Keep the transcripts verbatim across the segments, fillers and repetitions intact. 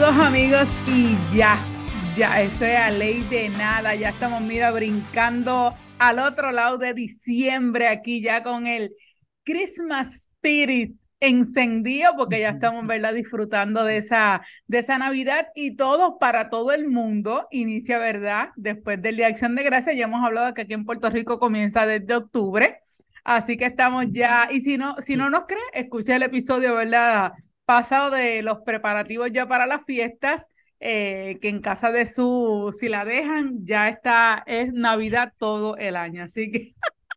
Saludos amigos y ya, ya, eso es a ley de nada, ya estamos, mira, brincando al otro lado de diciembre aquí ya con el Christmas Spirit encendido porque ya estamos, ¿verdad? Disfrutando de esa, de esa Navidad y todo para todo el mundo inicia, ¿verdad? Después del Día de Acción de Gracias, ya hemos hablado que aquí en Puerto Rico comienza desde octubre, así que estamos ya, y si no, si no nos cree, escuche el episodio, ¿verdad? Pasado de los preparativos ya para las fiestas, eh, que en casa de su, si la dejan, ya está, es Navidad todo el año. Así que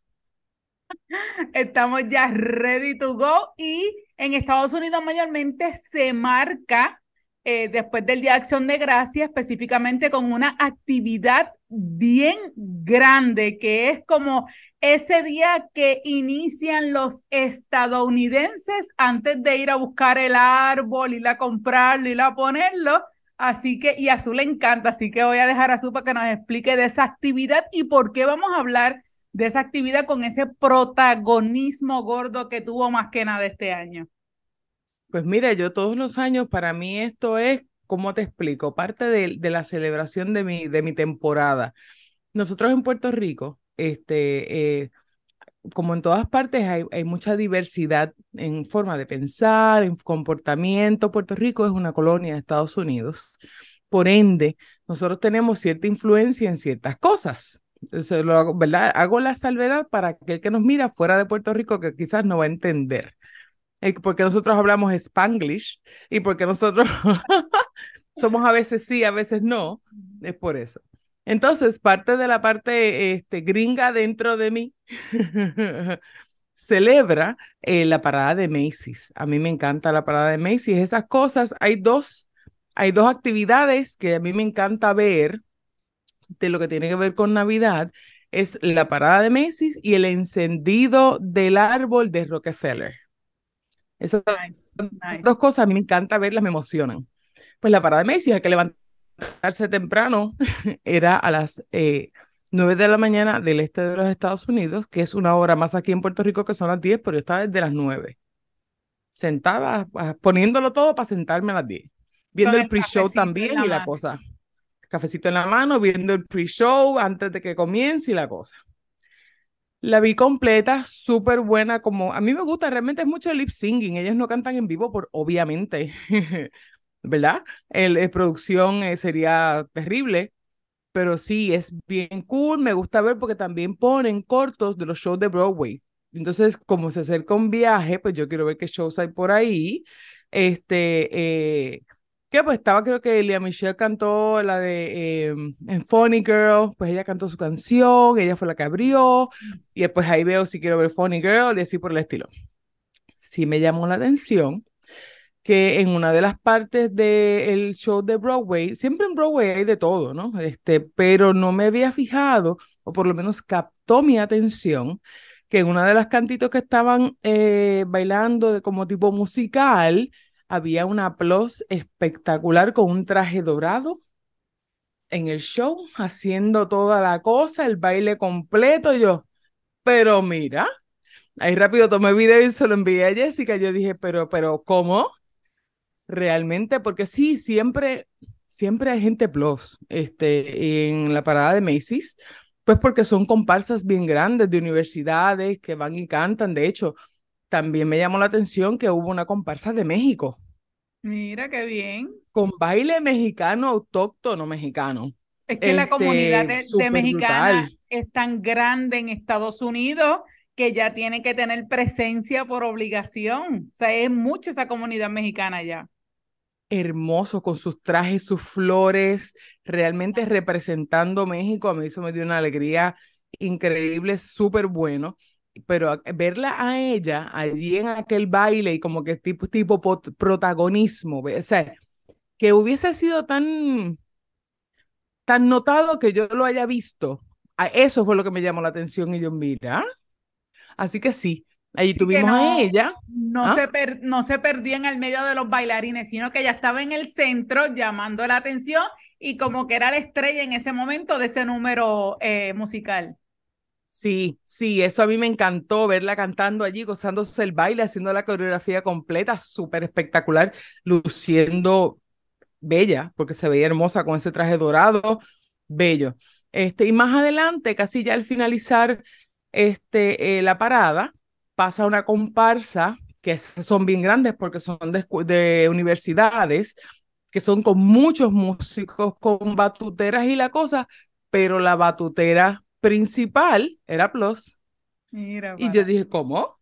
estamos ya ready to go y en Estados Unidos mayormente se marca eh, después del Día de Acción de Gracias específicamente con una actividad bien grande que es como ese día que inician los estadounidenses antes de ir a buscar el árbol, ir a comprarlo, ir a ponerlo. Así que, y a Azul le encanta, así que voy a dejar a Azul para que nos explique de esa actividad y por qué vamos a hablar de esa actividad con ese protagonismo gordo que tuvo más que nada este año. Pues mira, yo todos los años, para mí esto es, ¿cómo te explico? Parte de, de la celebración de mi, de mi temporada. Nosotros en Puerto Rico, este, eh, como en todas partes, hay, hay mucha diversidad en forma de pensar, en comportamiento. Puerto Rico es una colonia de Estados Unidos. Por ende, nosotros tenemos cierta influencia en ciertas cosas. Eso lo hago, ¿verdad? Hago la salvedad para aquel que nos mira fuera de Puerto Rico que quizás no va a entender. Eh, porque nosotros hablamos Spanglish y porque nosotros somos a veces sí, a veces no, es por eso. Entonces, parte de la parte este, gringa dentro de mí celebra eh, la parada de Macy's. A mí me encanta la parada de Macy's. Esas cosas, hay dos, hay dos actividades que a mí me encanta ver de lo que tiene que ver con Navidad. Es la parada de Macy's y el encendido del árbol de Rockefeller. Esas Nice, nice. dos cosas a mí me encanta verlas, me emocionan. Pues la parada de Macy's, hay que levantarse temprano, era a las eh, nueve de la mañana del este de los Estados Unidos, que es una hora más aquí en Puerto Rico que son las diez, pero yo estaba desde las nueve, sentada, ah, poniéndolo todo para sentarme a las diez, Con viendo el el pre-show cafecito en también la y la mano. cosa. Cafecito en la mano, viendo el pre-show antes de que comience y la cosa. La vi completa, súper buena, como a mí me gusta, realmente es mucho lip singing, ellos no cantan en vivo por obviamente, ¿verdad? El, el producción eh, sería terrible, pero sí, es bien cool, me gusta ver porque también ponen cortos de los shows de Broadway. Entonces, como se acerca un viaje, pues yo quiero ver qué shows hay por ahí. Este, eh, que pues estaba, creo que Lea Michelle cantó la de eh, en Funny Girl, pues ella cantó su canción, ella fue la que abrió, y después ahí veo si quiero ver Funny Girl y así por el estilo. Sí me llamó la atención que en una de las partes del show de Broadway, siempre en Broadway hay de todo, ¿no? Este, pero no me había fijado, o por lo menos captó mi atención, que en una de las cantitos que estaban eh, bailando de como tipo musical, había una aplaus espectacular con un traje dorado en el show, haciendo toda la cosa, el baile completo, yo, pero mira, ahí rápido tomé video y se lo envié a Jessica, yo dije, pero, pero, ¿cómo? Realmente, porque sí, siempre, siempre hay gente plus, este, en la parada de Macy's, pues porque son comparsas bien grandes de universidades que van y cantan. De hecho, también me llamó la atención que hubo una comparsa de México, Mira qué bien. con baile mexicano autóctono mexicano. Es que la comunidad Este, de, de súper mexicana brutal. es tan grande en Estados Unidos que ya tiene que tener presencia por obligación. O sea, es mucha esa comunidad mexicana ya. Hermoso con sus trajes, sus flores, realmente representando México. A mí eso me dio una alegría increíble, súper bueno. Pero a- verla a ella allí en aquel baile y como que tipo, tipo pot- protagonismo, ve- o sea, que hubiese sido tan, tan notado que yo lo haya visto. A eso fue lo que me llamó la atención y yo, mira. Así que sí, allí Sí que tuvimos a no, ella. no ¿Ah? se, per, no se perdió en el medio de los bailarines, sino que ya estaba en el centro llamando la atención y como que era la estrella en ese momento de ese número eh, musical. Sí, sí, eso a mí me encantó verla cantando allí, gozándose el baile, haciendo la coreografía completa, súper espectacular, luciendo bella, porque se veía hermosa con ese traje dorado, bello. Este, y más adelante, casi ya al finalizar este, eh, la parada, pasa una comparsa, que son bien grandes porque son de, de universidades, que son con muchos músicos, con batuteras y la cosa, pero la batutera principal era Plus. Mira, Y yo para. dije, ¿cómo?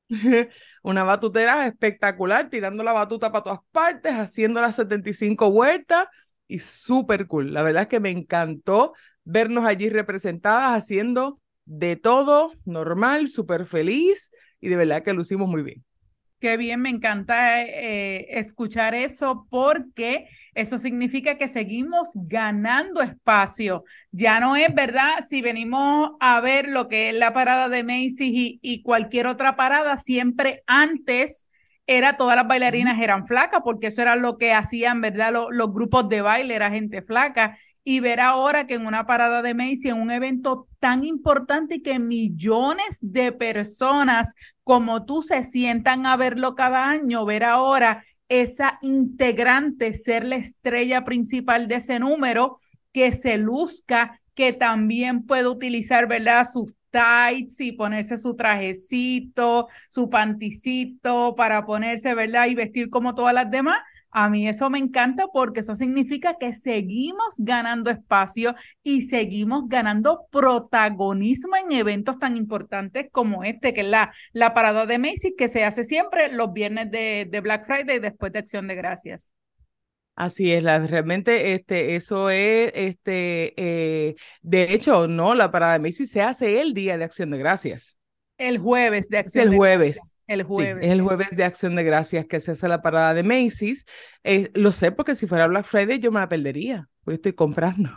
Una batutera espectacular, tirando la batuta para todas partes, haciendo las setenta y cinco vueltas y súper cool. La verdad es que me encantó vernos allí representadas haciendo de todo normal, súper feliz y de verdad que lo hicimos muy bien. Qué bien, me encanta eh, escuchar eso porque eso significa que seguimos ganando espacio. Ya no es verdad, si venimos a ver lo que es la parada de Macy's y, y cualquier otra parada, siempre antes era todas las bailarinas eran flacas, porque eso era lo que hacían, ¿verdad? Los, los grupos de baile era gente flaca. Y ver ahora que en una parada de Macy's, en un evento tan importante y que millones de personas como tú se sientan a verlo cada año, ver ahora esa integrante ser la estrella principal de ese número, que se luzca, que también puede utilizar, ¿verdad? Sus tights y ponerse su trajecito, su panticito para ponerse, ¿verdad? Y vestir como todas las demás. A mí eso me encanta porque eso significa que seguimos ganando espacio y seguimos ganando protagonismo en eventos tan importantes como este, que es la, la parada de Macy's, que se hace siempre los viernes de, de Black Friday después de Acción de Gracias. Así es, la, realmente este, eso es, este, eh, de hecho, no, la parada de Macy's se hace el Día de Acción de Gracias. El jueves de Es Acción el de Gracias. jueves. El Sí, es el jueves. jueves de Acción de Gracias que se hace la parada de Macy's. Eh, lo sé porque si fuera Black Friday yo me la perdería, pues estoy comprando.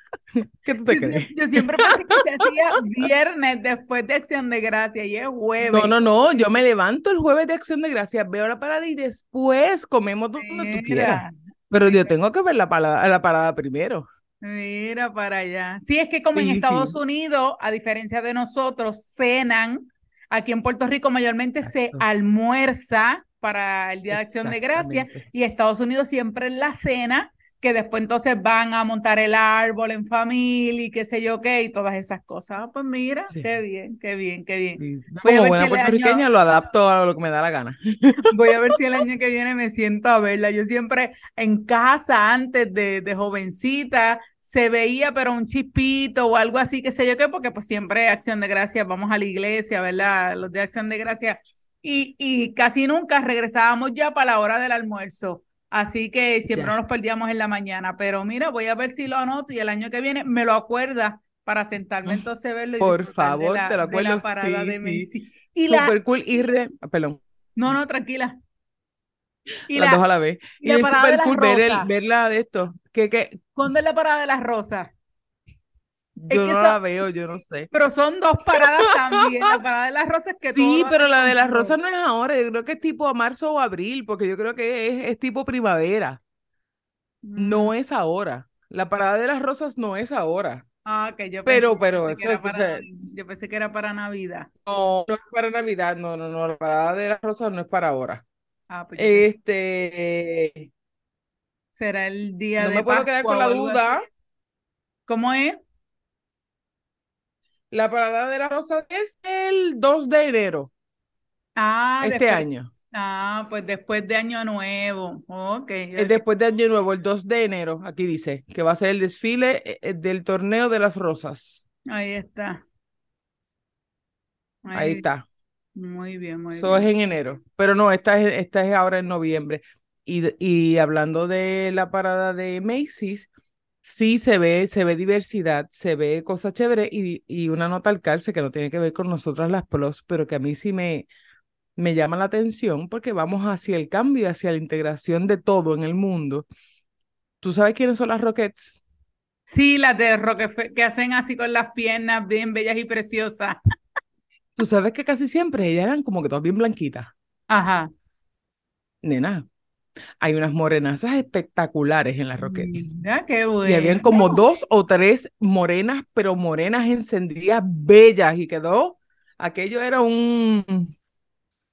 ¿Qué tú te Yo, crees? yo siempre pensé que se hacía viernes después de Acción de Gracias y es No, jueves. no, no, yo me levanto el jueves de Acción de Gracias, veo la parada y después comemos donde tú quieras. Mira, Pero yo mira. tengo que ver la parada, la parada primero. Mira para allá. Sí, es que como en Sí, Estados sí. Unidos, a diferencia de nosotros, cenan. Aquí en Puerto Rico mayormente se Exacto, almuerza para el Día de Acción de Gracias exactamente. y Estados Unidos siempre es la cena, que después entonces van a montar el árbol en familia y qué sé yo qué y todas esas cosas. Ah, pues mira, qué Sí, bien, qué bien, qué bien. sí. Yo Voy a como ver si buena el año, puertorriqueña lo adapto a lo que me da la gana. Voy a ver si el año que viene me siento a verla. Yo siempre en casa, antes de, de jovencita, se veía, pero un chispito o algo así, qué sé yo qué, porque pues siempre Acción de Gracias, vamos a la iglesia, ¿verdad? Los de Acción de Gracias. Y, y casi nunca regresábamos ya para la hora del almuerzo. Así que siempre Ya. nos perdíamos en la mañana. Pero mira, voy a ver si lo anoto y el año que viene me lo acuerda para sentarme entonces a verlo y Por disfrutar de favor, te la, lo de acuerdo. la parada Sí, de sí. Macy. Y la, Súper cool y re... Perdón, no, no, tranquila. Y las dos la, a la vez. y Y la es parada de súper las cool ver el, rosas. verla de esto. Que, que ¿Cuándo es la parada de las rosas? Es yo que no son, la veo, yo no sé. pero son dos paradas también. La parada de las rosas que todo Sí, lo pero hacen la con de las flor. rosas no es ahora, yo creo que es tipo marzo o abril, porque yo creo que es, es tipo primavera. Mm, No es ahora. La parada de las rosas no es ahora. ah, que yo pensé, Pero, yo pero, pensé que eso, era para, entonces, yo pensé que era para Navidad. no, no es para Navidad, no, no, no, la parada de las rosas no es para ahora. Ah, pues yo pensé que Este, será el día no de me puedo quedar Pascua con o la algo así. duda. ¿Cómo es? La parada de las rosas es el dos de enero, Ah, este después. año. Ah, pues después de Año Nuevo. Ok, Es ok. después de Año Nuevo, el dos de enero, aquí dice, que va a ser el desfile eh, eh, del torneo de las rosas. Ahí está. Ahí Ahí, está. muy bien, muy Eso es bien. en enero. Pero no, esta es, esta es ahora en noviembre. Y, y hablando de la parada de Macy's, sí se ve, se ve diversidad, se ve cosas chéveres y, y una nota al calce que no tiene que ver con nosotras las plus, pero que a mí sí me, me llama la atención porque vamos hacia el cambio, hacia la integración de todo en el mundo. ¿Tú sabes quiénes son las Rockets? Sí, las de Roquefort, que hacen así con las piernas bien bellas y preciosas. Tú sabes que casi siempre ellas eran como que todas bien blanquitas. Ajá. Nena, hay unas morenazas espectaculares en las Rockets. Mira, qué Y habían bueno. como dos o tres morenas, pero morenas encendidas, bellas, y quedó, aquello era un,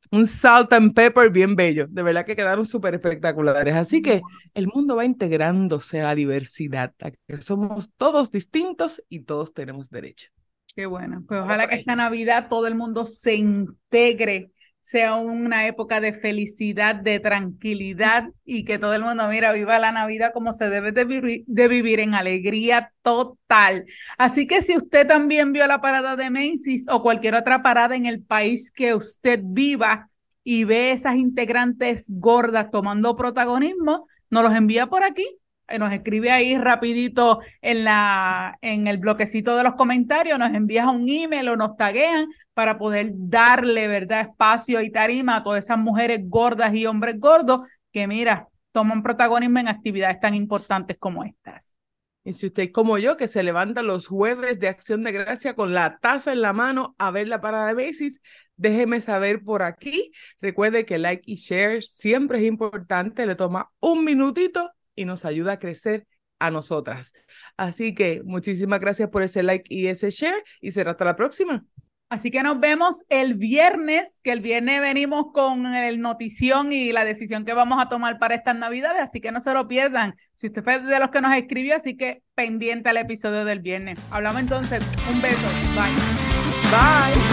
un salt and pepper bien bello. De verdad que quedaron súper espectaculares. Así que el mundo va integrándose a la diversidad, a que somos todos distintos y todos tenemos derecho. Qué bueno. Pues ojalá que esta Navidad todo el mundo se integre, sea una época de felicidad, de tranquilidad y que todo el mundo, mira, viva la Navidad como se debe de vivir, de vivir en alegría total. Así que si usted también vio la parada de Macy's o cualquier otra parada en el país que usted viva y ve esas integrantes gordas tomando protagonismo, nos los envía por aquí. Nos escribe ahí rapidito en, la, en el bloquecito de los comentarios, nos envías un email o nos taguean para poder darle, ¿verdad?, espacio y tarima a todas esas mujeres gordas y hombres gordos que, mira, toman protagonismo en actividades tan importantes como estas. Y si usted como yo, que se levanta los jueves de Acción de Gracia con la taza en la mano a ver la parada de Macy's, déjeme saber por aquí. Recuerde que like y share siempre es importante, le toma un minutito y nos ayuda a crecer a nosotras. Así que muchísimas gracias por ese like y ese share y será hasta la próxima. Así que nos vemos el viernes, que el viernes venimos con el notición y la decisión que vamos a tomar para estas Navidades, así que no se lo pierdan. Si usted fue de los que nos escribió, así que pendiente al episodio del viernes. Hablamos entonces. Un beso. Bye. Bye.